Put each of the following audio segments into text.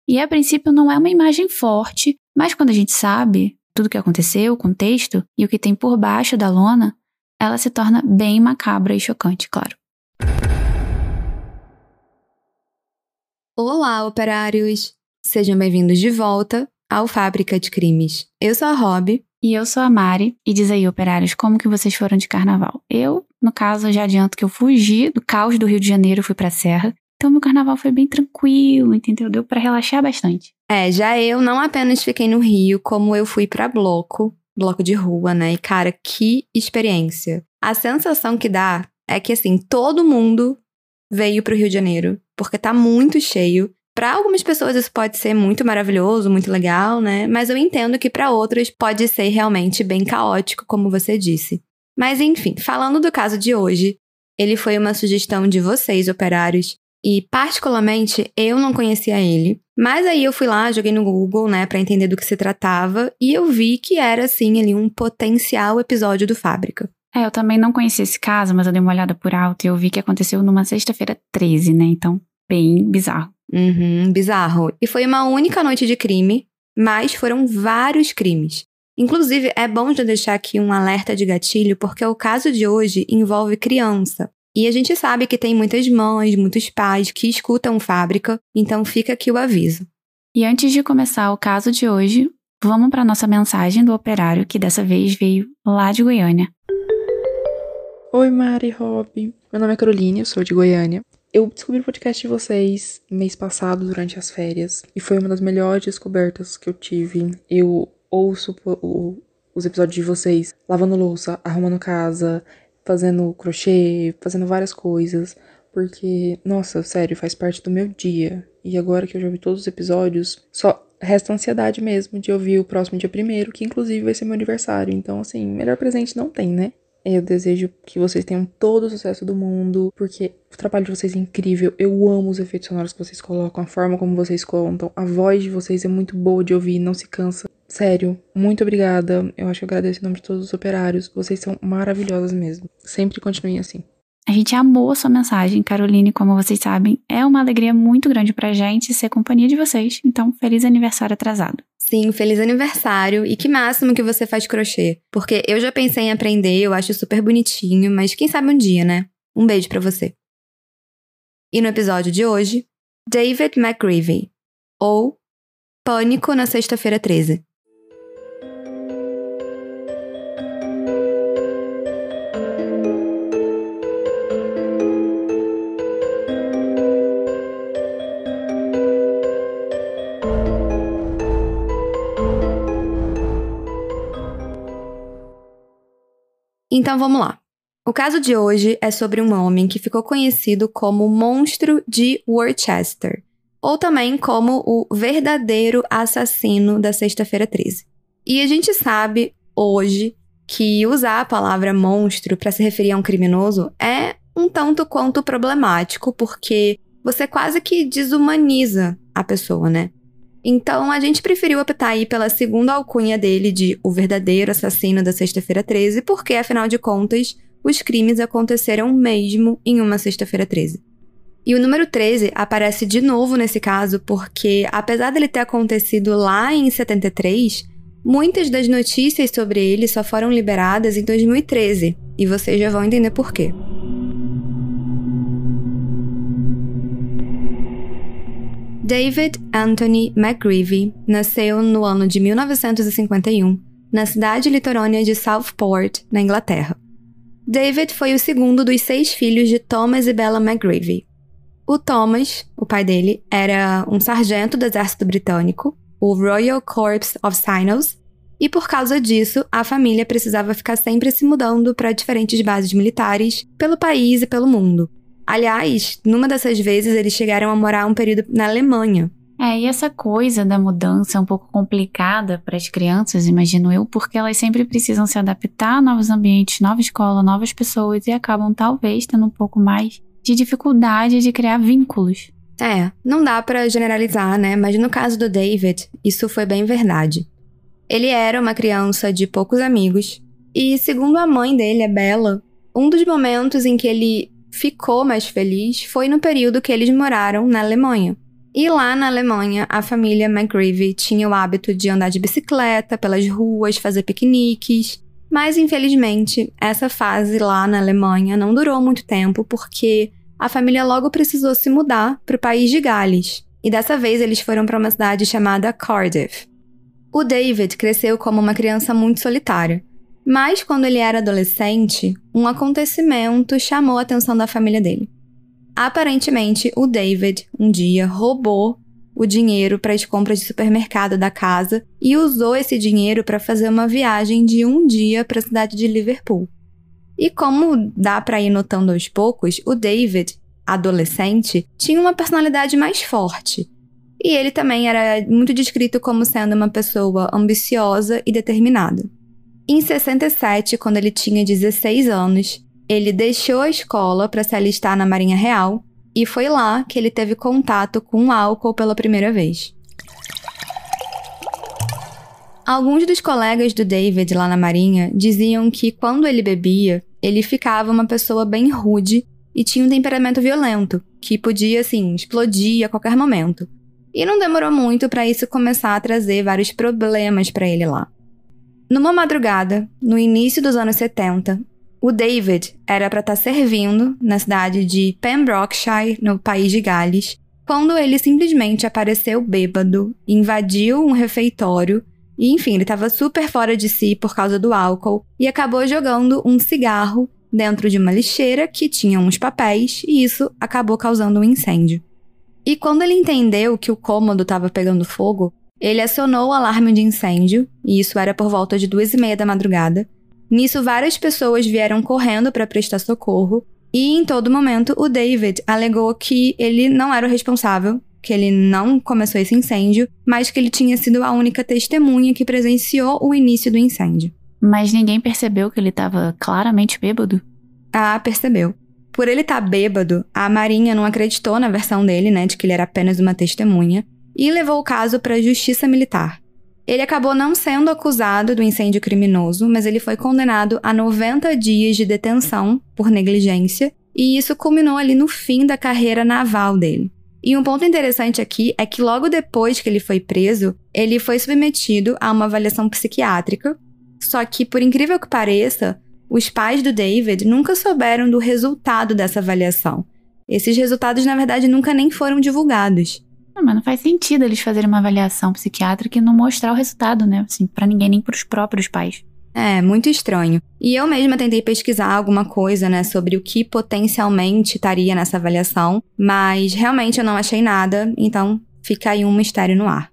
E a princípio não é uma imagem forte, mas quando a gente sabe tudo o que aconteceu, o contexto e o que tem por baixo da lona, ela se torna bem macabra e chocante, claro. Olá, operários! Sejam bem-vindos de volta ao Fábrica de Crimes. Eu sou a Rob. E eu sou a Mari. E diz aí, operários, como que vocês foram de carnaval? Eu, no caso, já adianto que eu fugi do caos do Rio de Janeiro, fui pra Serra. Então, meu carnaval foi bem tranquilo, entendeu? Deu pra relaxar bastante. Já eu não apenas fiquei no Rio, como eu fui pra bloco de rua, né? E, cara, que experiência. A sensação que dá é que, assim, todo mundo veio pro Rio de Janeiro, porque tá muito cheio. Pra algumas pessoas isso pode ser muito maravilhoso, muito legal, né? Mas eu entendo que pra outras pode ser realmente bem caótico, como você disse. Mas, enfim, falando do caso de hoje, ele foi uma sugestão de vocês, operários. E, particularmente, eu não conhecia ele. Mas aí eu fui lá, joguei no Google, né, pra entender do que se tratava. E eu vi que era, assim, ali um potencial episódio do Fábrica. Eu também não conhecia esse caso, mas eu dei uma olhada por alto e eu vi que aconteceu numa sexta-feira 13, né? Então, bem bizarro. Bizarro. E foi uma única noite de crime, mas foram vários crimes. Inclusive, é bom já deixar aqui um alerta de gatilho, porque o caso de hoje envolve criança. E a gente sabe que tem muitas mães, muitos pais que escutam Fábrica, então fica aqui o aviso. E antes de começar o caso de hoje, vamos para nossa mensagem do operário, que dessa vez veio lá de Goiânia. Oi, Mari e Rob. Meu nome é Caroline, eu sou de Goiânia. Eu descobri o podcast de vocês mês passado, durante as férias, e foi uma das melhores descobertas que eu tive. Eu ouço os episódios de vocês lavando louça, arrumando casa, fazendo crochê, fazendo várias coisas, porque, nossa, sério, faz parte do meu dia. E agora que eu já vi todos os episódios, só resta ansiedade mesmo de ouvir o próximo dia 1º, que inclusive vai ser meu aniversário. Então, assim, melhor presente não tem, né? Eu desejo que vocês tenham todo o sucesso do mundo, porque o trabalho de vocês é incrível. Eu amo os efeitos sonoros que vocês colocam, a forma como vocês contam. A voz de vocês é muito boa de ouvir, não se cansa. Sério, muito obrigada. Eu acho que eu agradeço em nome de todos os operários. Vocês são maravilhosas mesmo. Sempre continuem assim. A gente amou a sua mensagem, Caroline. Como vocês sabem, é uma alegria muito grande pra gente ser companhia de vocês. Então, feliz aniversário atrasado. Sim, feliz aniversário. E que máximo que você faz crochê. Porque eu já pensei em aprender, eu acho super bonitinho, mas quem sabe um dia, né? Um beijo pra você. E no episódio de hoje, David McGreevy, ou Pânico na Sexta-feira 13. Então vamos lá. O caso de hoje é sobre um homem que ficou conhecido como o Monstro de Worcester, ou também como o verdadeiro assassino da Sexta-feira 13. E a gente sabe hoje que usar a palavra monstro para se referir a um criminoso é um tanto quanto problemático, porque você quase que desumaniza a pessoa, né? Então, a gente preferiu optar aí pela segunda alcunha dele de o verdadeiro assassino da Sexta-feira 13, porque, afinal de contas, os crimes aconteceram mesmo em uma Sexta-feira 13. E o número 13 aparece de novo nesse caso porque, apesar dele ter acontecido lá em 73, muitas das notícias sobre ele só foram liberadas em 2013, e vocês já vão entender por quê. David Anthony McGreevy nasceu no ano de 1951, na cidade litorânea de Southport, na Inglaterra. David foi o segundo dos 6 filhos de Thomas e Bella McGreevy. O Thomas, o pai dele, era um sargento do exército britânico, o Royal Corps of Signals, e por causa disso, a família precisava ficar sempre se mudando para diferentes bases militares pelo país e pelo mundo. Aliás, numa dessas vezes eles chegaram a morar um período na Alemanha. E essa coisa da mudança é um pouco complicada para as crianças, imagino eu, porque elas sempre precisam se adaptar a novos ambientes, nova escola, novas pessoas e acabam talvez tendo um pouco mais de dificuldade de criar vínculos. Não dá pra generalizar, né? Mas no caso do David, isso foi bem verdade. Ele era uma criança de poucos amigos e, segundo a mãe dele, a Bella, um dos momentos em que ele ficou mais feliz foi no período que eles moraram na Alemanha. E lá na Alemanha, a família McGreevy tinha o hábito de andar de bicicleta pelas ruas, fazer piqueniques. Mas, infelizmente, essa fase lá na Alemanha não durou muito tempo porque a família logo precisou se mudar para o país de Gales. E dessa vez eles foram para uma cidade chamada Cardiff. O David cresceu como uma criança muito solitária. Mas, quando ele era adolescente, um acontecimento chamou a atenção da família dele. Aparentemente, o David, um dia, roubou o dinheiro para as compras de supermercado da casa e usou esse dinheiro para fazer uma viagem de um dia para a cidade de Liverpool. E como dá para ir notando aos poucos, o David, adolescente, tinha uma personalidade mais forte. E ele também era muito descrito como sendo uma pessoa ambiciosa e determinada. Em 67, quando ele tinha 16 anos, ele deixou a escola para se alistar na Marinha Real e foi lá que ele teve contato com o álcool pela primeira vez. Alguns dos colegas do David lá na Marinha diziam que quando ele bebia, ele ficava uma pessoa bem rude e tinha um temperamento violento, que podia, explodir a qualquer momento. E não demorou muito para isso começar a trazer vários problemas para ele lá. Numa madrugada, no início dos anos 70, o David era para estar servindo na cidade de Pembrokeshire, no país de Gales, quando ele simplesmente apareceu bêbado, invadiu um refeitório e, enfim, ele estava super fora de si por causa do álcool e acabou jogando um cigarro dentro de uma lixeira que tinha uns papéis e isso acabou causando um incêndio. E quando ele entendeu que o cômodo estava pegando fogo, ele acionou o alarme de incêndio, e isso era por volta de 2h30 da madrugada. Nisso, várias pessoas vieram correndo para prestar socorro e, em todo momento, o David alegou que ele não era o responsável, que ele não começou esse incêndio, mas que ele tinha sido a única testemunha que presenciou o início do incêndio. Mas ninguém percebeu que ele estava claramente bêbado? Ah, percebeu. Por ele estar bêbado, a Marinha não acreditou na versão dele, de que ele era apenas uma testemunha, e levou o caso para a Justiça Militar. Ele acabou não sendo acusado do incêndio criminoso, mas ele foi condenado a 90 dias de detenção por negligência, e isso culminou ali no fim da carreira naval dele. E um ponto interessante aqui é que logo depois que ele foi preso, ele foi submetido a uma avaliação psiquiátrica, só que, por incrível que pareça, os pais do David nunca souberam do resultado dessa avaliação. Esses resultados, na verdade, nunca nem foram divulgados. Mas não faz sentido eles fazerem uma avaliação psiquiátrica e não mostrar o resultado, pra ninguém, nem pros próprios pais. É, muito estranho. E eu mesma tentei pesquisar alguma coisa, sobre o que potencialmente estaria nessa avaliação, mas realmente eu não achei nada, então fica aí um mistério no ar.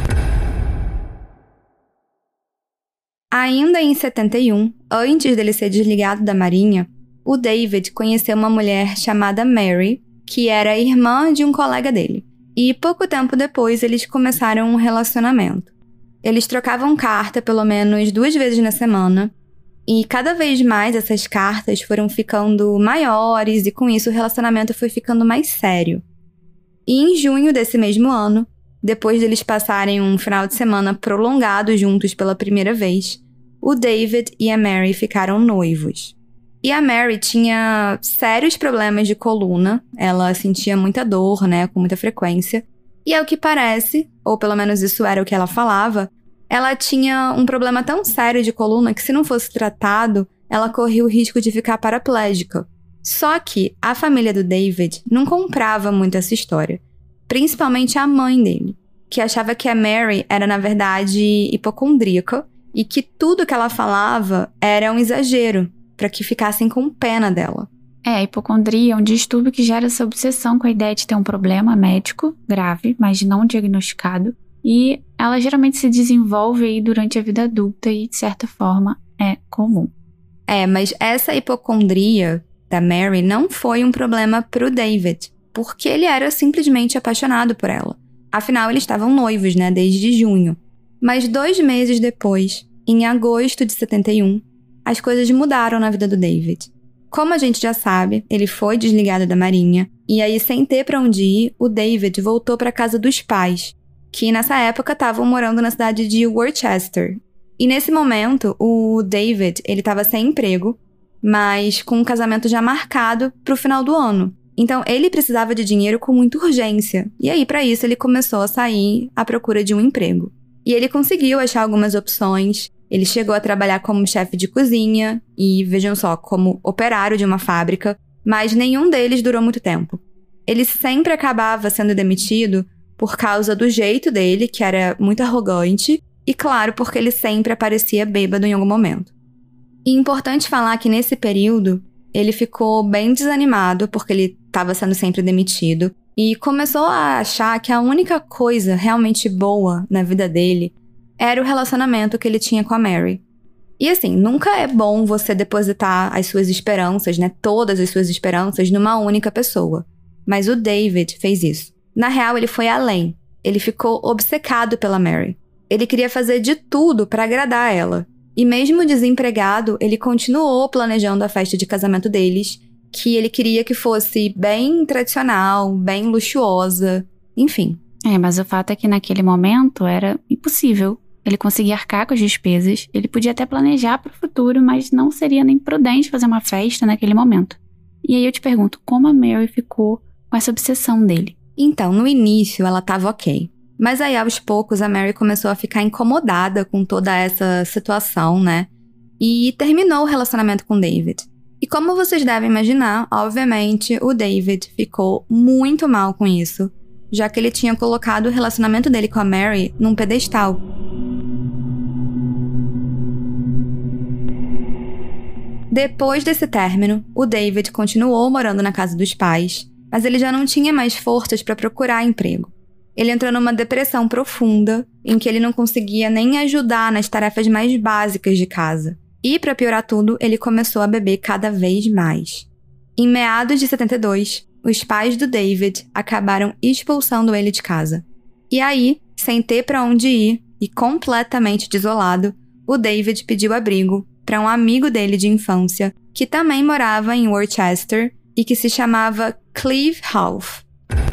Ainda em 71, antes dele ser desligado da Marinha, o David conheceu uma mulher chamada Mary, que era irmã de um colega dele. E pouco tempo depois, eles começaram um relacionamento. Eles trocavam carta pelo menos 2 vezes na semana, e cada vez mais essas cartas foram ficando maiores e com isso o relacionamento foi ficando mais sério. E em junho desse mesmo ano, depois deles passarem um final de semana prolongado juntos pela primeira vez, o David e a Mary ficaram noivos. E a Mary tinha sérios problemas de coluna, ela sentia muita dor, com muita frequência. E ao que parece, ou pelo menos isso era o que ela falava, ela tinha um problema tão sério de coluna que se não fosse tratado, ela corria o risco de ficar paraplégica. Só que a família do David não comprava muito essa história, principalmente a mãe dele, que achava que a Mary era, na verdade, hipocondríaca e que tudo que ela falava era um exagero, para que ficassem com pena dela. A hipocondria é um distúrbio que gera essa obsessão com a ideia de ter um problema médico grave, mas não diagnosticado, e ela geralmente se desenvolve aí durante a vida adulta e, de certa forma, é comum. Mas essa hipocondria da Mary não foi um problema pro David, porque ele era simplesmente apaixonado por ela. Afinal, eles estavam noivos, desde junho. Mas 2 meses depois, em agosto de 71, as coisas mudaram na vida do David. Como a gente já sabe, ele foi desligado da Marinha, e aí, sem ter pra onde ir, o David voltou pra casa dos pais, que nessa época estavam morando na cidade de Worcester. E nesse momento, o David, ele estava sem emprego, mas com um casamento já marcado pro final do ano. Então, ele precisava de dinheiro com muita urgência. E aí, para isso, ele começou a sair à procura de um emprego. E ele conseguiu achar algumas opções. Ele chegou a trabalhar como chefe de cozinha e, vejam só, como operário de uma fábrica, mas nenhum deles durou muito tempo. Ele sempre acabava sendo demitido por causa do jeito dele, que era muito arrogante, e claro, porque ele sempre aparecia bêbado em algum momento. E é importante falar que nesse período, ele ficou bem desanimado porque ele estava sendo sempre demitido e começou a achar que a única coisa realmente boa na vida dele era o relacionamento que ele tinha com a Mary. E assim, nunca é bom você depositar as suas esperanças, né, todas as suas esperanças numa única pessoa. Mas o David fez isso. Na real, ele foi além. Ele ficou obcecado pela Mary. Ele queria fazer de tudo para agradar ela. E mesmo desempregado, ele continuou planejando a festa de casamento deles, que ele queria que fosse bem tradicional, bem luxuosa, enfim. Mas o fato é que naquele momento era impossível. Ele conseguia arcar com as despesas, ele podia até planejar para o futuro, mas não seria nem prudente fazer uma festa naquele momento. E aí eu te pergunto, como a Mary ficou com essa obsessão dele? Então, no início ela estava ok. Mas aí, aos poucos, a Mary começou a ficar incomodada com toda essa situação, né? E terminou o relacionamento com o David. E como vocês devem imaginar, obviamente, o David ficou muito mal com isso, já que ele tinha colocado o relacionamento dele com a Mary num pedestal. Depois desse término, o David continuou morando na casa dos pais, mas ele já não tinha mais forças para procurar emprego. Ele entrou numa depressão profunda, em que ele não conseguia nem ajudar nas tarefas mais básicas de casa. E, para piorar tudo, ele começou a beber cada vez mais. Em meados de 72, os pais do David acabaram expulsando ele de casa. E aí, sem ter para onde ir e completamente desolado, o David pediu abrigo para um amigo dele de infância, que também morava em Worcester e que se chamava Cleve Half.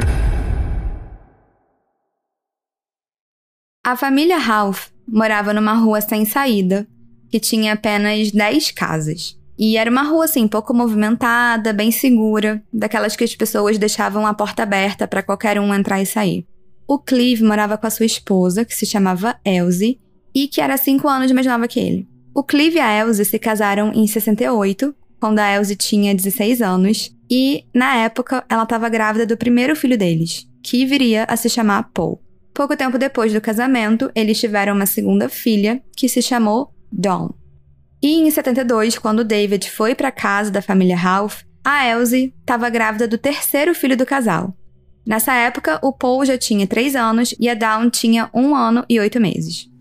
A família Half morava numa rua sem saída, que tinha apenas 10 casas. E era uma rua, assim, pouco movimentada, bem segura, daquelas que as pessoas deixavam a porta aberta para qualquer um entrar e sair. O Cleve morava com a sua esposa, que se chamava Elsie, e que era 5 anos mais nova que ele. O Cleve e a Elsie se casaram em 68, quando a Elsie tinha 16 anos, e, na época, ela estava grávida do primeiro filho deles, que viria a se chamar Paul. Pouco tempo depois do casamento, eles tiveram uma segunda filha, que se chamou Dawn. E em 72, quando David foi para a casa da família Half, a Elsie estava grávida do terceiro filho do casal. Nessa época, o Paul já tinha 3 anos e a Dawn tinha 1 ano e 8 meses.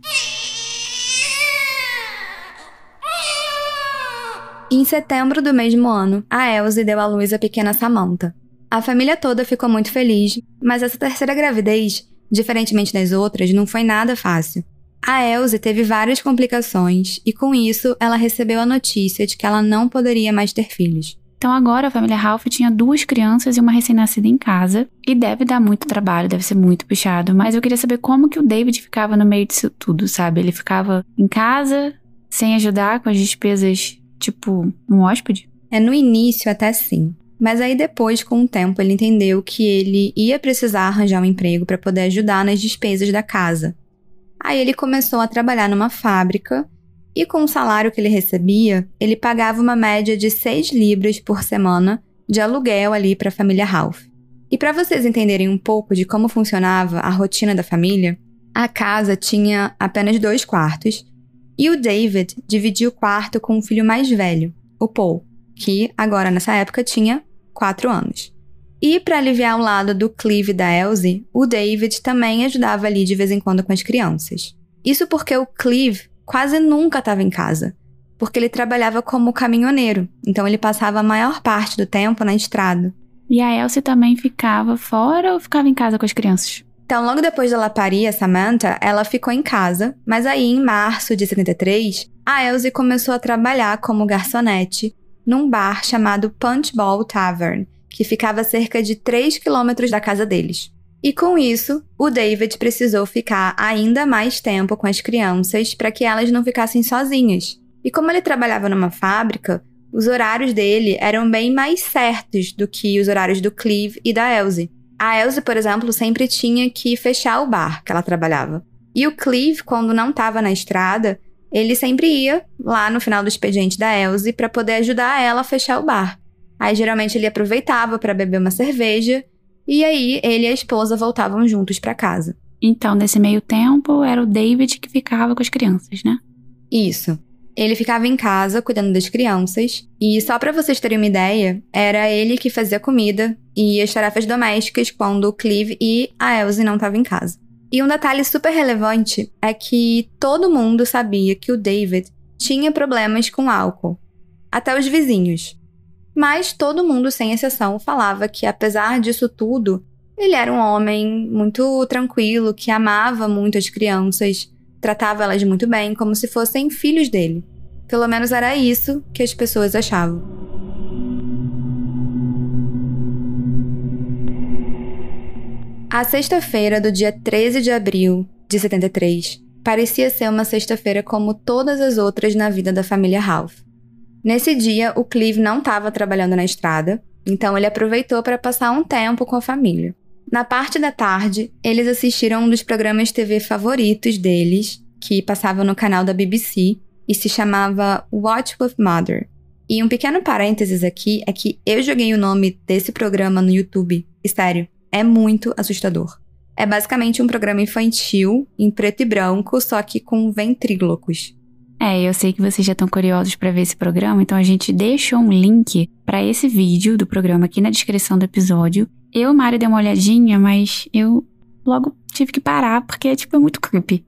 Em setembro do mesmo ano, a Elsie deu à luz a pequena Samantha. A família toda ficou muito feliz, mas essa terceira gravidez, diferentemente das outras, não foi nada fácil. A Elsie teve várias complicações e, com isso, ela recebeu a notícia de que ela não poderia mais ter filhos. Então agora a família Half tinha 2 crianças e uma recém-nascida em casa, e deve dar muito trabalho, deve ser muito puxado, mas eu queria saber como que o David ficava no meio disso tudo, sabe? Ele ficava em casa, sem ajudar com as despesas, tipo um hóspede? No início até sim. Mas aí depois, com o tempo, ele entendeu que ele ia precisar arranjar um emprego para poder ajudar nas despesas da casa. Aí ele começou a trabalhar numa fábrica e com o salário que ele recebia, ele pagava uma média de 6 libras por semana de aluguel ali para a família Half. E para vocês entenderem um pouco de como funcionava a rotina da família, a casa tinha apenas 2 quartos e o David dividia o quarto com o filho mais velho, o Paul, que agora nessa época tinha 4 anos. E para aliviar o lado do Cleve e da Elsie, o David também ajudava ali de vez em quando com as crianças. Isso porque o Cleve quase nunca estava em casa, porque ele trabalhava como caminhoneiro, então ele passava a maior parte do tempo na estrada. E a Elsie também ficava fora ou ficava em casa com as crianças? Então, logo depois dela parir a Samantha, ela ficou em casa, mas aí em março de 73, a Elsie começou a trabalhar como garçonete num bar chamado Punchbowl Tavern, que ficava a cerca de 3 quilômetros da casa deles. E com isso, o David precisou ficar ainda mais tempo com as crianças para que elas não ficassem sozinhas. E como ele trabalhava numa fábrica, os horários dele eram bem mais certos do que os horários do Cleve e da Elsie. A Elsie, por exemplo, sempre tinha que fechar o bar que ela trabalhava. E o Cleve, quando não estava na estrada, ele sempre ia lá no final do expediente da Elsie para poder ajudar ela a fechar o bar. Aí, geralmente, ele aproveitava para beber uma cerveja e aí ele e a esposa voltavam juntos para casa. Então, nesse meio tempo, era o David que ficava com as crianças, né? Isso. Ele ficava em casa cuidando das crianças e, só para vocês terem uma ideia, era ele que fazia comida e as tarefas domésticas quando o Cleve e a Elsie não estavam em casa. E um detalhe super relevante é que todo mundo sabia que o David tinha problemas com álcool, até os vizinhos. Mas todo mundo, sem exceção, falava que, apesar disso tudo, ele era um homem muito tranquilo, que amava muito as crianças, tratava elas muito bem, como se fossem filhos dele. Pelo menos era isso que as pessoas achavam. A sexta-feira do dia 13 de abril de 73 parecia ser uma sexta-feira como todas as outras na vida da família Ralph. Nesse dia, o Cleve não estava trabalhando na estrada, então ele aproveitou para passar um tempo com a família. Na parte da tarde, eles assistiram um dos programas TV favoritos deles, que passava no canal da BBC, e se chamava Watch with Mother. E um pequeno parênteses aqui é que eu joguei o nome desse programa no YouTube, e sério, é muito assustador. É basicamente um programa infantil, em preto e branco, só que com ventrílocos. Eu sei que vocês já estão curiosos para ver esse programa, então a gente deixou um link para esse vídeo do programa aqui na descrição do episódio. Eu, Mari, dei uma olhadinha, mas eu logo tive que parar, porque, é muito creepy.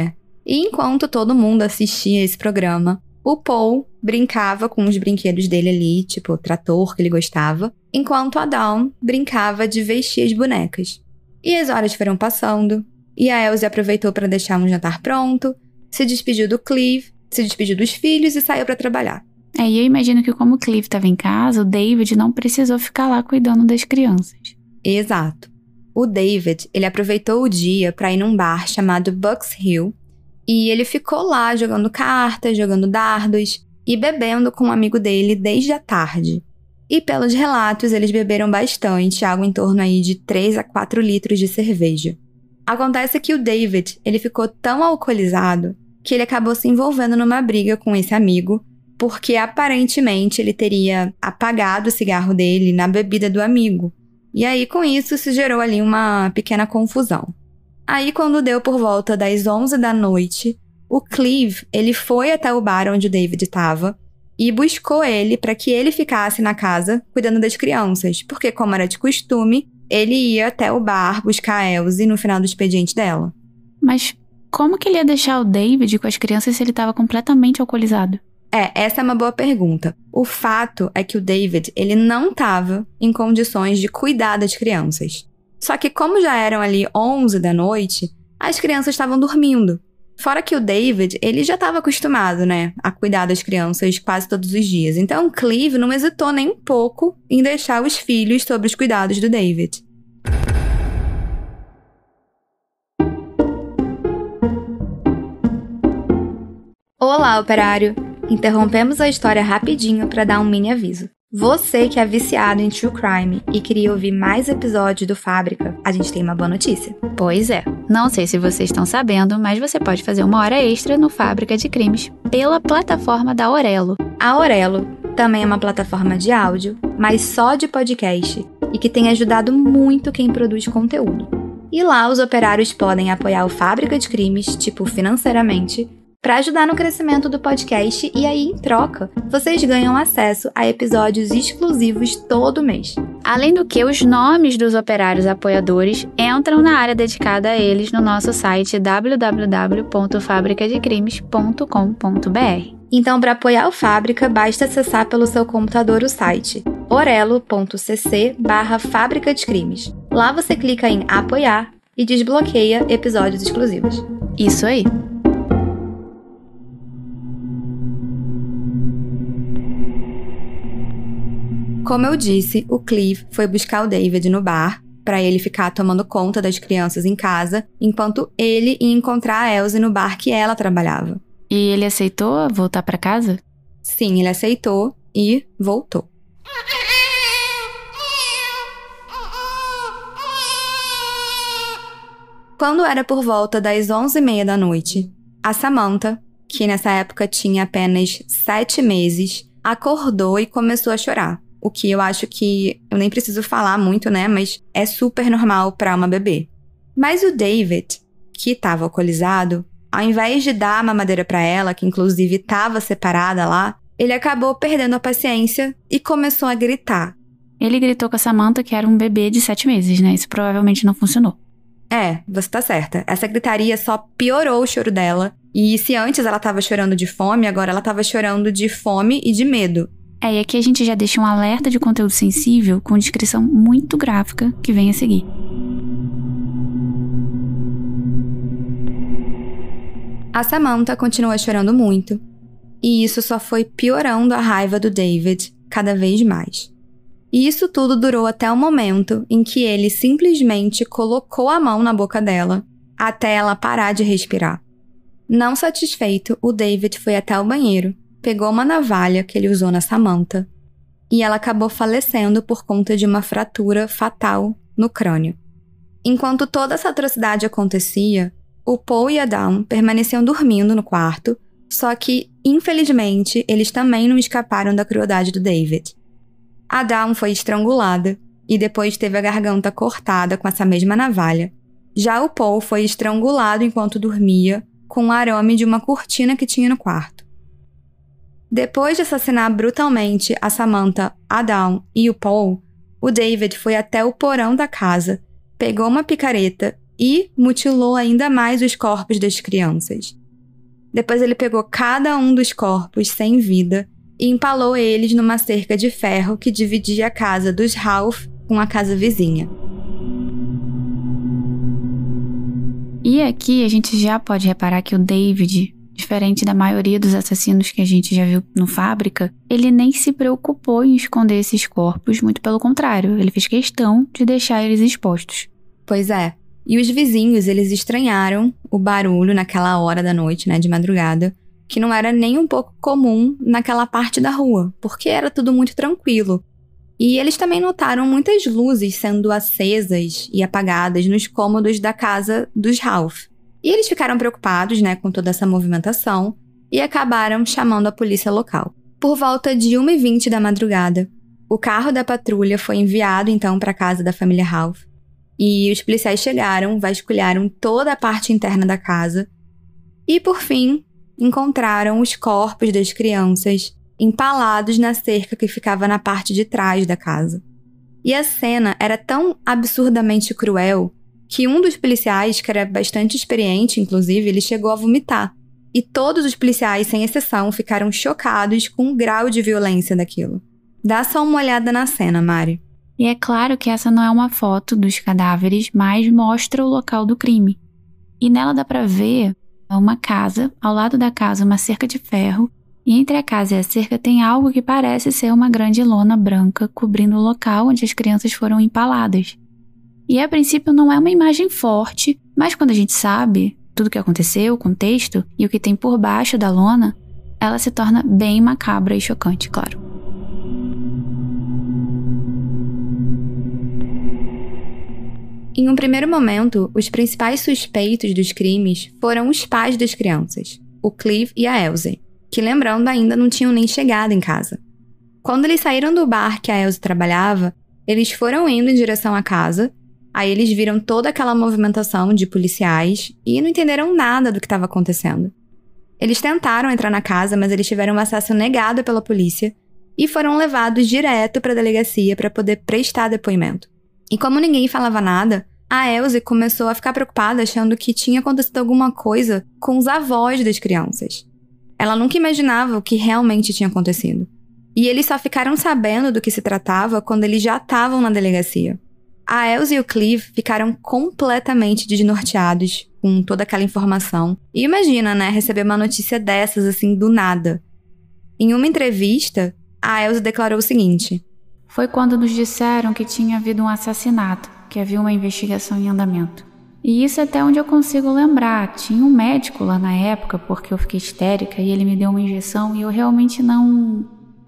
E enquanto todo mundo assistia esse programa, o Paul brincava com os brinquedos dele ali, tipo o trator que ele gostava, enquanto a Dawn brincava de vestir as bonecas. E as horas foram passando, e a Elsie aproveitou para deixar um jantar pronto, se despediu do Cleve, se despediu dos filhos e saiu para trabalhar. E eu imagino que como o Cleve estava em casa, o David não precisou ficar lá cuidando das crianças. Exato. O David, ele aproveitou o dia para ir num bar chamado Bucks Hill, e ele ficou lá jogando cartas, jogando dardos e bebendo com um amigo dele desde a tarde. E pelos relatos, eles beberam bastante, algo em torno aí de 3 a 4 litros de cerveja. Acontece que o David, ele ficou tão alcoolizado que ele acabou se envolvendo numa briga com esse amigo, porque aparentemente ele teria apagado o cigarro dele na bebida do amigo. E aí, com isso, se gerou ali uma pequena confusão. Aí, quando deu por volta das 11 da noite, o Cleve, ele foi até o bar onde o David estava e buscou ele para que ele ficasse na casa cuidando das crianças, porque, como era de costume, ele ia até o bar buscar a Elsie no final do expediente dela. Mas como que ele ia deixar o David com as crianças se ele estava completamente alcoolizado? Essa é uma boa pergunta. O fato é que o David, ele não estava em condições de cuidar das crianças. Só que como já eram ali 11 da noite, as crianças estavam dormindo. Fora que o David, ele já estava acostumado, a cuidar das crianças quase todos os dias. Então, Cleve não hesitou nem um pouco em deixar os filhos sob os cuidados do David. Olá, operário! Interrompemos a história rapidinho para dar um mini aviso. Você que é viciado em True Crime e queria ouvir mais episódios do Fábrica, a gente tem uma boa notícia. Pois é, não sei se vocês estão sabendo, mas você pode fazer uma hora extra no Fábrica de Crimes pela plataforma da Aurelo. A Aurelo também é uma plataforma de áudio, mas só de podcast, e que tem ajudado muito quem produz conteúdo. E lá os operários podem apoiar o Fábrica de Crimes, financeiramente, para ajudar no crescimento do podcast e aí, em troca, vocês ganham acesso a episódios exclusivos todo mês. Além do que, os nomes dos operários apoiadores entram na área dedicada a eles no nosso site www.fabricadecrimes.com.br. Então, para apoiar o Fábrica, basta acessar pelo seu computador o site orelo.cc/Fábrica de Crimes. Lá você clica em apoiar e desbloqueia episódios exclusivos. Isso aí! Como eu disse, o Cleve foi buscar o David no bar, para ele ficar tomando conta das crianças em casa, enquanto ele ia encontrar a Elsie no bar que ela trabalhava. E ele aceitou voltar para casa? Sim, ele aceitou, e voltou. Quando era por volta das 11h30 da noite, a Samantha, que nessa época tinha apenas 7 meses, acordou e começou a chorar. O que eu acho que eu nem preciso falar muito, né? Mas é super normal para uma bebê. Mas o David, que estava alcoolizado, ao invés de dar a mamadeira para ela, que inclusive estava separada lá, ele acabou perdendo a paciência e começou a gritar. Ele gritou com a Samantha que era um bebê de 7 meses, né? Isso provavelmente não funcionou. Você tá certa. Essa gritaria só piorou o choro dela. E se antes ela tava chorando de fome, agora ela tava chorando de fome e de medo. E aqui a gente já deixa um alerta de conteúdo sensível com descrição muito gráfica que vem a seguir. A Samantha continuou chorando muito. E isso só foi piorando a raiva do David cada vez mais. E isso tudo durou até o momento em que ele simplesmente colocou a mão na boca dela até ela parar de respirar. Não satisfeito, o David foi até o banheiro, pegou uma navalha que ele usou na Samantha e ela acabou falecendo por conta de uma fratura fatal no crânio. Enquanto toda essa atrocidade acontecia, o Paul e a Dawn permaneciam dormindo no quarto, só que, infelizmente, eles também não escaparam da crueldade do David. A Dawn foi estrangulada e depois teve a garganta cortada com essa mesma navalha. Já o Paul foi estrangulado enquanto dormia, com o arame de uma cortina que tinha no quarto. Depois de assassinar brutalmente a Samantha, a Dawn e o Paul, o David foi até o porão da casa, pegou uma picareta e mutilou ainda mais os corpos das crianças. Depois ele pegou cada um dos corpos sem vida e empalou eles numa cerca de ferro que dividia a casa dos Ralph com a casa vizinha. E aqui a gente já pode reparar que o David, diferente da maioria dos assassinos que a gente já viu no Fábrica, ele nem se preocupou em esconder esses corpos, muito pelo contrário, ele fez questão de deixar eles expostos. Pois é, e os vizinhos, eles estranharam o barulho naquela hora da noite, né, de madrugada, que não era nem um pouco comum naquela parte da rua, porque era tudo muito tranquilo. E eles também notaram muitas luzes sendo acesas e apagadas nos cômodos da casa dos Ralph. E eles ficaram preocupados, né, com toda essa movimentação e acabaram chamando a polícia local. Por volta de 1h20 da madrugada, o carro da patrulha foi enviado então para a casa da família Ralph. E os policiais chegaram, vasculharam toda a parte interna da casa e, por fim, encontraram os corpos das crianças empalados na cerca que ficava na parte de trás da casa. E a cena era tão absurdamente cruel que um dos policiais, que era bastante experiente, inclusive, ele chegou a vomitar. E todos os policiais, sem exceção, ficaram chocados com o grau de violência daquilo. Dá só uma olhada na cena, Mari. E é claro que essa não é uma foto dos cadáveres, mas mostra o local do crime. E nela dá pra ver uma casa, ao lado da casa uma cerca de ferro, e entre a casa e a cerca tem algo que parece ser uma grande lona branca cobrindo o local onde as crianças foram empaladas. E a princípio não é uma imagem forte, mas quando a gente sabe tudo o que aconteceu, o contexto e o que tem por baixo da lona, ela se torna bem macabra e chocante, claro. Em um primeiro momento, os principais suspeitos dos crimes foram os pais das crianças, o Clive e a Elsie, que, lembrando, ainda não tinham nem chegado em casa. Quando eles saíram do bar que a Elsie trabalhava, eles foram indo em direção à casa, aí eles viram toda aquela movimentação de policiais e não entenderam nada do que estava acontecendo. Eles tentaram entrar na casa, mas eles tiveram acesso negado pela polícia e foram levados direto para a delegacia para poder prestar depoimento. E como ninguém falava nada, a Elsie começou a ficar preocupada, achando que tinha acontecido alguma coisa com os avós das crianças. Ela nunca imaginava o que realmente tinha acontecido. E eles só ficaram sabendo do que se tratava quando eles já estavam na delegacia. A Elsie e o Clive ficaram completamente desnorteados com toda aquela informação. E imagina, né, receber uma notícia dessas, assim, do nada. Em uma entrevista, a Elsie declarou o seguinte: "Foi quando nos disseram que tinha havido um assassinato, que havia uma investigação em andamento. E isso é até onde eu consigo lembrar. Tinha um médico lá na época, porque eu fiquei histérica e ele me deu uma injeção e eu realmente não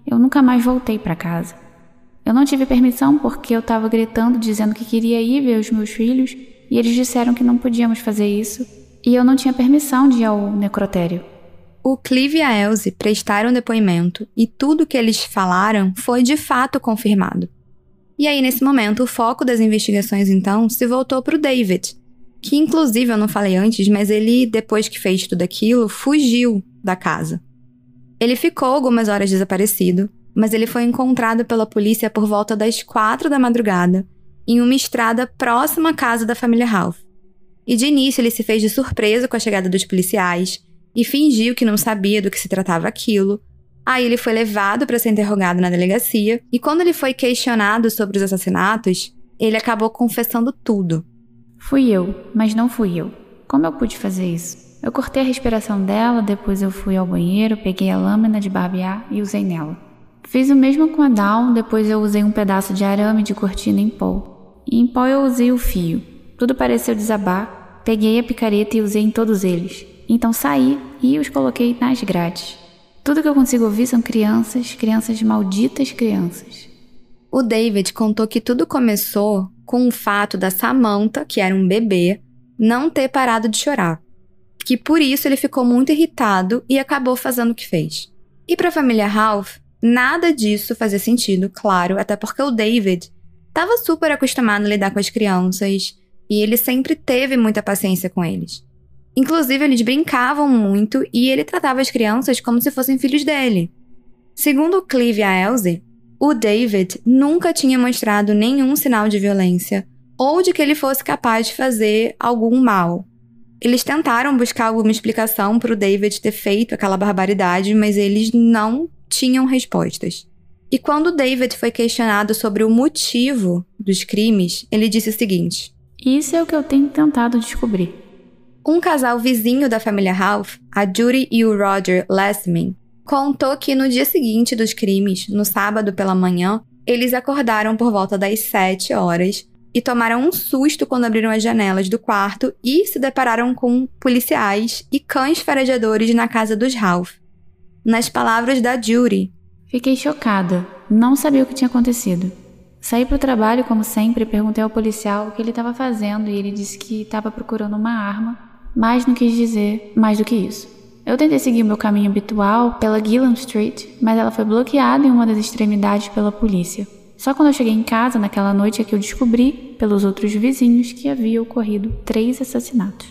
eu nunca mais voltei para casa. Eu não tive permissão porque eu estava gritando dizendo que queria ir ver os meus filhos e eles disseram que não podíamos fazer isso e eu não tinha permissão de ir ao necrotério. O Clive e a Elsie prestaram depoimento e tudo que eles falaram foi de fato confirmado. E aí, nesse momento, o foco das investigações, então, se voltou para o David, que inclusive eu não falei antes, mas ele, depois que fez tudo aquilo, fugiu da casa. Ele ficou algumas horas desaparecido, mas ele foi encontrado pela polícia por volta das 4 da madrugada, em uma estrada próxima à casa da família Ralph. E de início ele se fez de surpresa com a chegada dos policiais e fingiu que não sabia do que se tratava aquilo. Aí ele foi levado para ser interrogado na delegacia e quando ele foi questionado sobre os assassinatos, ele acabou confessando tudo. Fui eu, mas não fui eu. Como eu pude fazer isso? Eu cortei a respiração dela, depois eu fui ao banheiro, peguei a lâmina de barbear e usei nela. Fiz o mesmo com a Dawn, depois eu usei um pedaço de arame de cortina em pó. E em pó eu usei o fio. Tudo pareceu desabar, peguei a picareta e usei em todos eles. Então saí e os coloquei nas grades. Tudo que eu consigo ouvir são crianças, malditas crianças. O David contou que tudo começou com o fato da Samantha, que era um bebê, não ter parado de chorar. Que por isso ele ficou muito irritado e acabou fazendo o que fez. E para a família Ralph, nada disso fazia sentido, claro, até porque o David estava super acostumado a lidar com as crianças e ele sempre teve muita paciência com eles. Inclusive, eles brincavam muito e ele tratava as crianças como se fossem filhos dele. Segundo o Clive e a Elsie, o David nunca tinha mostrado nenhum sinal de violência ou de que ele fosse capaz de fazer algum mal. Eles tentaram buscar alguma explicação para o David ter feito aquela barbaridade, mas eles não tinham respostas. E quando o David foi questionado sobre o motivo dos crimes, ele disse o seguinte: Isso é o que eu tenho tentado descobrir. Um casal vizinho da família Ralph, a Judy e o Roger Lessman, contou que no dia seguinte dos crimes, no sábado pela manhã, eles acordaram por volta das 7 horas e tomaram um susto quando abriram as janelas do quarto e se depararam com policiais e cães farejadores na casa dos Ralph. Nas palavras da Judy: Fiquei chocada, não sabia o que tinha acontecido. Saí para o trabalho como sempre e perguntei ao policial o que ele estava fazendo e ele disse que estava procurando uma arma, mas não quis dizer mais do que isso. Eu tentei seguir o meu caminho habitual pela Gillam Street, mas ela foi bloqueada em uma das extremidades pela polícia. Só quando eu cheguei em casa naquela noite é que eu descobri, pelos outros vizinhos, que havia ocorrido 3 assassinatos.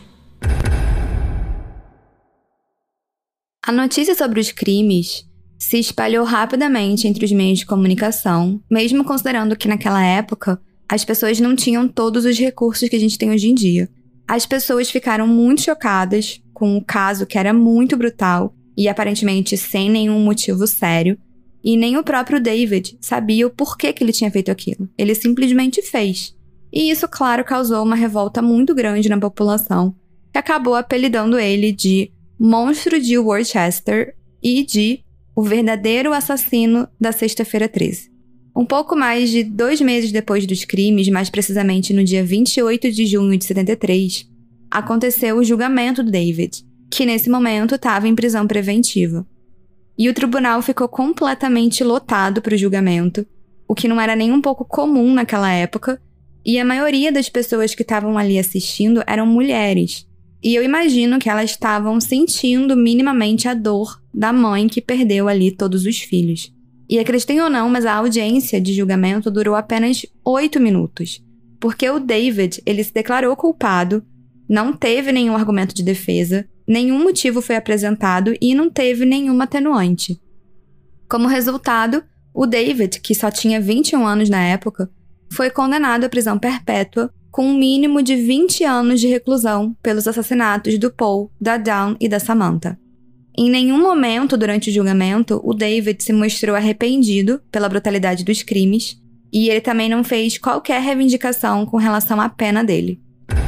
A notícia sobre os crimes se espalhou rapidamente entre os meios de comunicação, mesmo considerando que naquela época as pessoas não tinham todos os recursos que a gente tem hoje em dia. As pessoas ficaram muito chocadas com o caso, que era muito brutal e aparentemente sem nenhum motivo sério, e nem o próprio David sabia o porquê que ele tinha feito aquilo. Ele simplesmente fez. E isso, claro, causou uma revolta muito grande na população, que acabou apelidando ele de Monstro de Worcester e de o verdadeiro assassino da Sexta-feira 13. Um pouco mais de 2 meses depois dos crimes, mais precisamente no dia 28 de junho de 73, aconteceu o julgamento do David, que nesse momento estava em prisão preventiva. E o tribunal ficou completamente lotado para o julgamento, o que não era nem um pouco comum naquela época, e a maioria das pessoas que estavam ali assistindo eram mulheres. E eu imagino que elas estavam sentindo minimamente a dor da mãe que perdeu ali todos os filhos. E acreditem ou não, mas a audiência de julgamento durou apenas 8 minutos, porque o David, ele se declarou culpado, não teve nenhum argumento de defesa, nenhum motivo foi apresentado e não teve nenhuma atenuante. Como resultado, o David, que só tinha 21 anos na época, foi condenado à prisão perpétua com um mínimo de 20 anos de reclusão pelos assassinatos do Paul, da Dawn e da Samantha. Em nenhum momento durante o julgamento, o David se mostrou arrependido pela brutalidade dos crimes e ele também não fez qualquer reivindicação com relação à pena dele.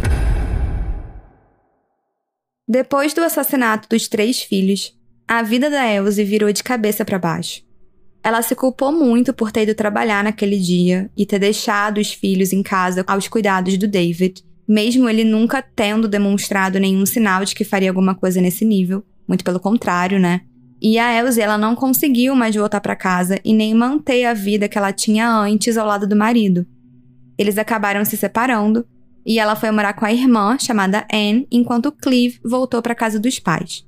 Depois do assassinato dos 3 filhos, a vida da Elsie virou de cabeça para baixo. Ela se culpou muito por ter ido trabalhar naquele dia e ter deixado os filhos em casa aos cuidados do David, mesmo ele nunca tendo demonstrado nenhum sinal de que faria alguma coisa nesse nível. Muito pelo contrário, né? E a Elsie, ela não conseguiu mais voltar para casa e nem manter a vida que ela tinha antes ao lado do marido. Eles acabaram se separando e ela foi morar com a irmã, chamada Anne, enquanto Clive voltou para casa dos pais.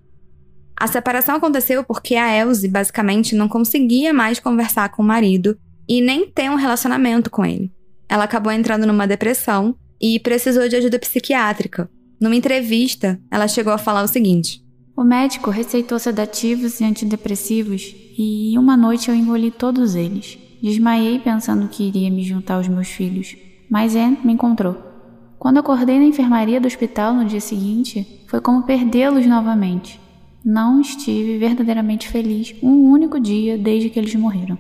A separação aconteceu porque a Elsie, basicamente, não conseguia mais conversar com o marido e nem ter um relacionamento com ele. Ela acabou entrando numa depressão e precisou de ajuda psiquiátrica. Numa entrevista, ela chegou a falar o seguinte: o médico receitou sedativos e antidepressivos e uma noite eu engoli todos eles. Desmaiei pensando que iria me juntar aos meus filhos, mas Anne me encontrou. Quando acordei na enfermaria do hospital no dia seguinte, foi como perdê-los novamente. Não estive verdadeiramente feliz um único dia desde que eles morreram.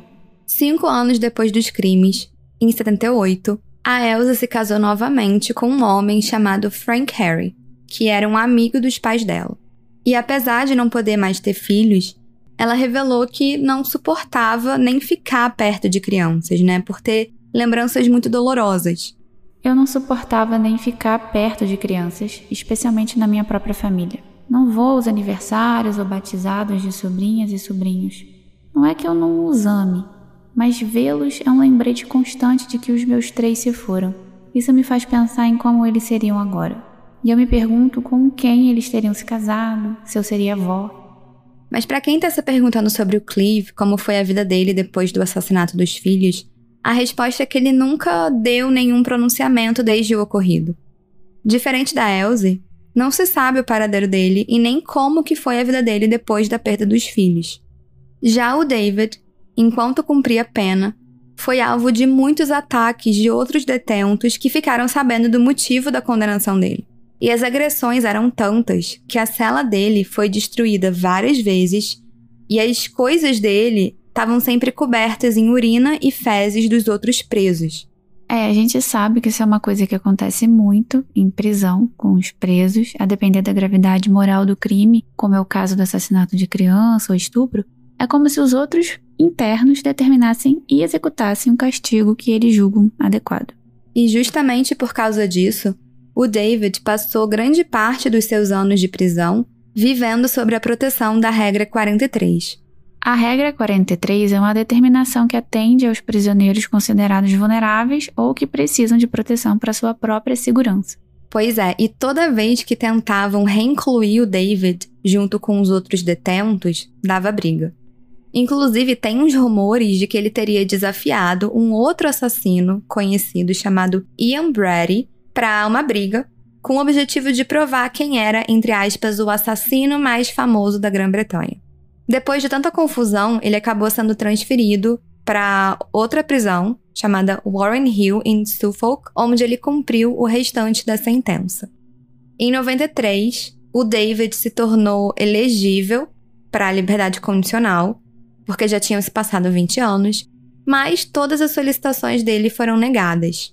5 anos depois dos crimes, em 78, a Elsie se casou novamente com um homem chamado Frank Harry, que era um amigo dos pais dela. E apesar de não poder mais ter filhos, ela revelou que não suportava nem ficar perto de crianças, por ter lembranças muito dolorosas. Eu não suportava nem ficar perto de crianças, especialmente na minha própria família. Não vou aos aniversários ou batizados de sobrinhas e sobrinhos. Não é que eu não os ame, mas vê-los é um lembrete constante de que os meus 3 se foram. Isso me faz pensar em como eles seriam agora. E eu me pergunto com quem eles teriam se casado, se eu seria avó. Mas para quem está se perguntando sobre o Clive, como foi a vida dele depois do assassinato dos filhos, a resposta é que ele nunca deu nenhum pronunciamento desde o ocorrido. Diferente da Elsie, não se sabe o paradeiro dele e nem como que foi a vida dele depois da perda dos filhos. Já o David, enquanto cumpria pena, foi alvo de muitos ataques de outros detentos que ficaram sabendo do motivo da condenação dele. E as agressões eram tantas que a cela dele foi destruída várias vezes e as coisas dele estavam sempre cobertas em urina e fezes dos outros presos. A gente sabe que isso é uma coisa que acontece muito em prisão com os presos, a depender da gravidade moral do crime, como é o caso do assassinato de criança ou estupro. É como se os outros internos determinassem e executassem um castigo que eles julgam adequado. E justamente por causa disso, o David passou grande parte dos seus anos de prisão vivendo sob a proteção da Regra 43. A Regra 43 é uma determinação que atende aos prisioneiros considerados vulneráveis ou que precisam de proteção para sua própria segurança. Pois é, e toda vez que tentavam reincluir o David junto com os outros detentos, dava briga. Inclusive, tem uns rumores de que ele teria desafiado um outro assassino conhecido chamado Ian Brady para uma briga, com o objetivo de provar quem era, entre aspas, o assassino mais famoso da Grã-Bretanha. Depois de tanta confusão, ele acabou sendo transferido para outra prisão, chamada Warren Hill, em Suffolk, onde ele cumpriu o restante da sentença. Em 93, o David se tornou elegível para a liberdade condicional, porque já tinham se passado 20 anos, mas todas as solicitações dele foram negadas.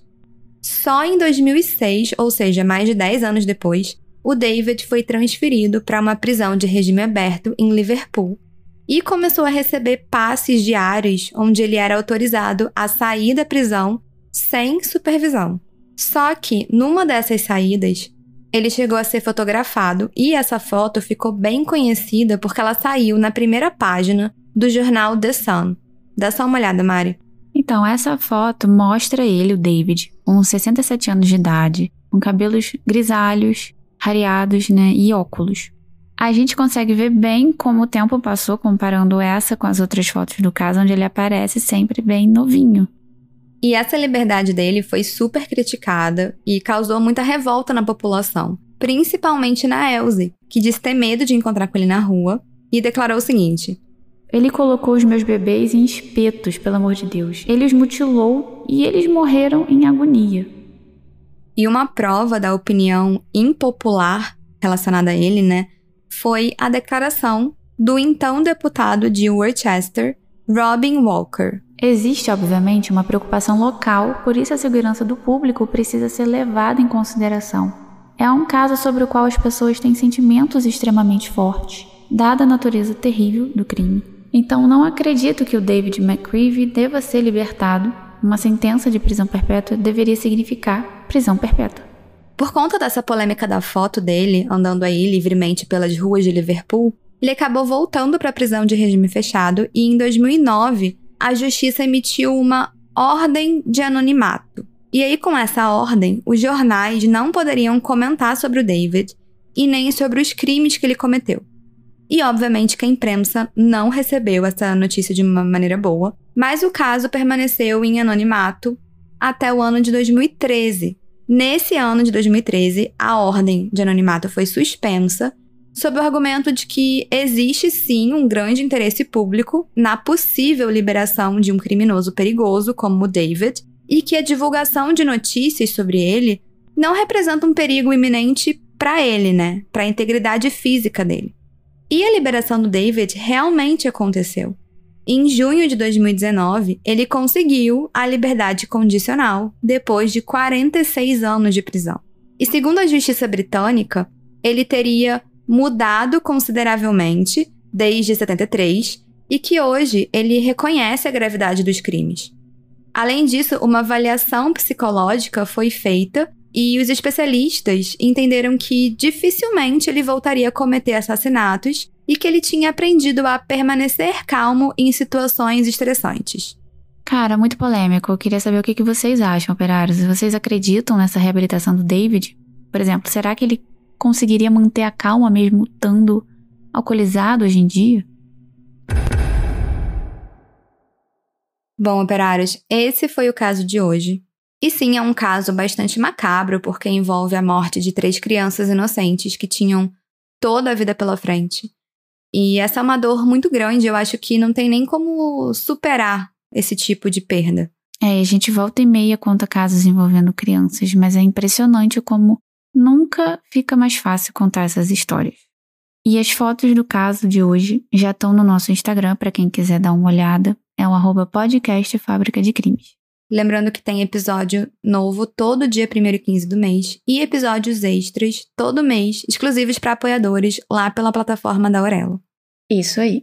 Só em 2006, ou seja, mais de 10 anos depois, o David foi transferido para uma prisão de regime aberto em Liverpool e começou a receber passes diários onde ele era autorizado a sair da prisão sem supervisão. Só que, numa dessas saídas, ele chegou a ser fotografado e essa foto ficou bem conhecida porque ela saiu na primeira página do jornal The Sun. Dá só uma olhada, Mari. Então, essa foto mostra ele, o David, com 67 anos de idade, com cabelos grisalhos, rareados, e óculos. A gente consegue ver bem como o tempo passou comparando essa com as outras fotos do caso, onde ele aparece sempre bem novinho. E essa liberdade dele foi super criticada e causou muita revolta na população, principalmente na Elsie, que disse ter medo de encontrar com ele na rua e declarou o seguinte: ele colocou os meus bebês em espetos, pelo amor de Deus. Ele os mutilou e eles morreram em agonia. E uma prova da opinião impopular relacionada a ele, foi a declaração do então deputado de Worcester, Robin Walker. Existe, obviamente, uma preocupação local, por isso a segurança do público precisa ser levada em consideração. É um caso sobre o qual as pessoas têm sentimentos extremamente fortes, dada a natureza terrível do crime. Então, não acredito que o David McCreevy deva ser libertado. Uma sentença de prisão perpétua deveria significar prisão perpétua. Por conta dessa polêmica da foto dele andando aí livremente pelas ruas de Liverpool, ele acabou voltando para a prisão de regime fechado e, em 2009, a justiça emitiu uma ordem de anonimato. E aí, com essa ordem, os jornais não poderiam comentar sobre o David e nem sobre os crimes que ele cometeu. E, obviamente, que a imprensa não recebeu essa notícia de uma maneira boa, mas o caso permaneceu em anonimato até o ano de 2013. Nesse ano de 2013, a ordem de anonimato foi suspensa, sob o argumento de que existe sim um grande interesse público na possível liberação de um criminoso perigoso como o David, e que a divulgação de notícias sobre ele não representa um perigo iminente para ele, né? Para a integridade física dele. E a liberação do David realmente aconteceu. Em junho de 2019, ele conseguiu a liberdade condicional depois de 46 anos de prisão. E segundo a justiça britânica, ele teria mudado consideravelmente desde 73 e que hoje ele reconhece a gravidade dos crimes. Além disso, uma avaliação psicológica foi feita e os especialistas entenderam que dificilmente ele voltaria a cometer assassinatos e que ele tinha aprendido a permanecer calmo em situações estressantes. Cara, muito polêmico. Eu queria saber o que vocês acham, operários. Vocês acreditam nessa reabilitação do David? Por exemplo, será que ele conseguiria manter a calma mesmo estando alcoolizado hoje em dia? Bom, operários, esse foi o caso de hoje. E sim, é um caso bastante macabro, porque envolve a morte de 3 crianças inocentes que tinham toda a vida pela frente. E essa é uma dor muito grande, eu acho que não tem nem como superar esse tipo de perda. A gente volta e meia conta casos envolvendo crianças, mas é impressionante como nunca fica mais fácil contar essas histórias. E as fotos do caso de hoje já estão no nosso Instagram, para quem quiser dar uma olhada. É o @podcast Fábrica de Crimes. Lembrando que tem episódio novo todo dia 1º e 15 do mês e episódios extras todo mês, exclusivos para apoiadores, lá pela plataforma da Aurelo. Isso aí.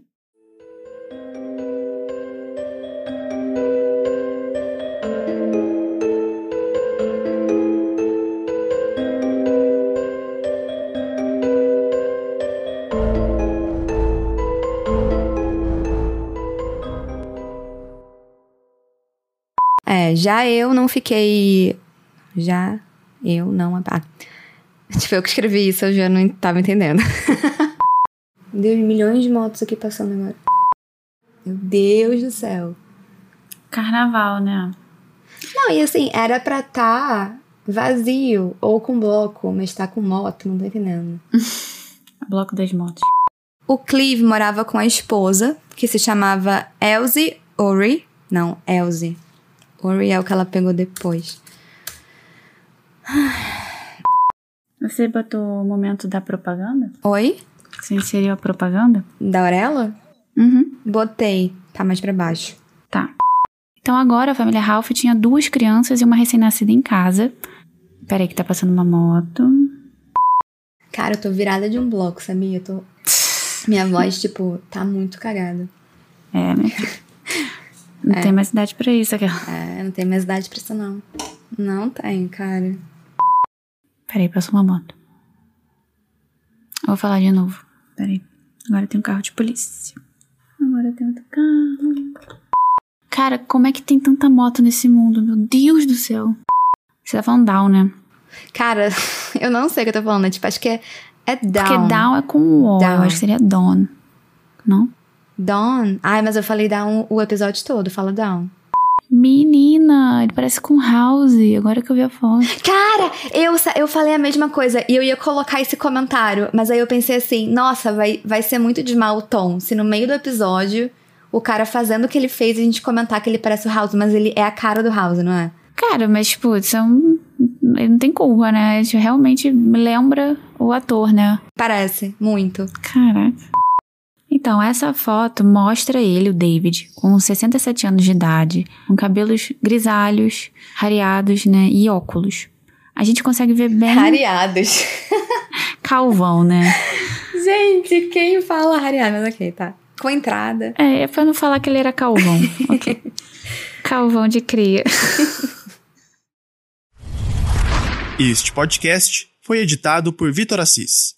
Já eu não fiquei... Foi eu que escrevi isso, eu já não tava entendendo. Deus, milhões de motos aqui passando agora. Meu Deus do céu. Carnaval, né? Não, e assim, era pra tá vazio ou com bloco, mas tá com moto, não tô entendendo. Bloco das motos. O Clive morava com a esposa, que se chamava Elsie Ory. Não, Elsie. Ory é o que ela pegou depois. Você botou o momento da propaganda? Oi? Você inseriu a propaganda? Da Aurelo? Uhum. Botei. Tá mais pra baixo. Tá. Então agora a família Ralph tinha 2 crianças e uma recém-nascida em casa. Peraí que tá passando uma moto. Cara, eu tô virada de um bloco, sabia? Minha voz, tipo, tá muito cagada. Né? Não tem mais idade pra isso, aquela. Não tem mais idade pra isso, não. Não tem, cara. Peraí, passou uma moto. Eu vou falar de novo. Peraí. Agora tem um carro de polícia. Agora tem outro carro. Cara, como é que tem tanta moto nesse mundo? Meu Deus do céu. Você tá falando down, né? Cara, eu não sei o que eu tô falando. Tipo, acho que é down. Porque down é com o O. Eu acho que seria dawn. Não? Dawn? Ai, mas eu falei down o episódio todo. Fala down. Menina, ele parece com House. Agora que eu vi a foto. Cara, eu falei a mesma coisa. E eu ia colocar esse comentário. Mas aí eu pensei assim, nossa, vai ser muito de mau tom se no meio do episódio o cara fazendo o que ele fez e a gente comentar que ele parece o House. Mas ele é a cara do House, não é? Cara, mas tipo, ele não tem culpa, né? Ele realmente me lembra o ator, né? Parece, muito. Caraca. Então, essa foto mostra ele, o David, com 67 anos de idade, com cabelos grisalhos, rareados, né? E óculos. A gente consegue ver bem... Rareados. Calvão, né? Gente, quem fala rareado? Mas ok, tá. Com entrada. É pra não falar que ele era calvão. Ok. Calvão de cria. Este podcast foi editado por Vitor Assis.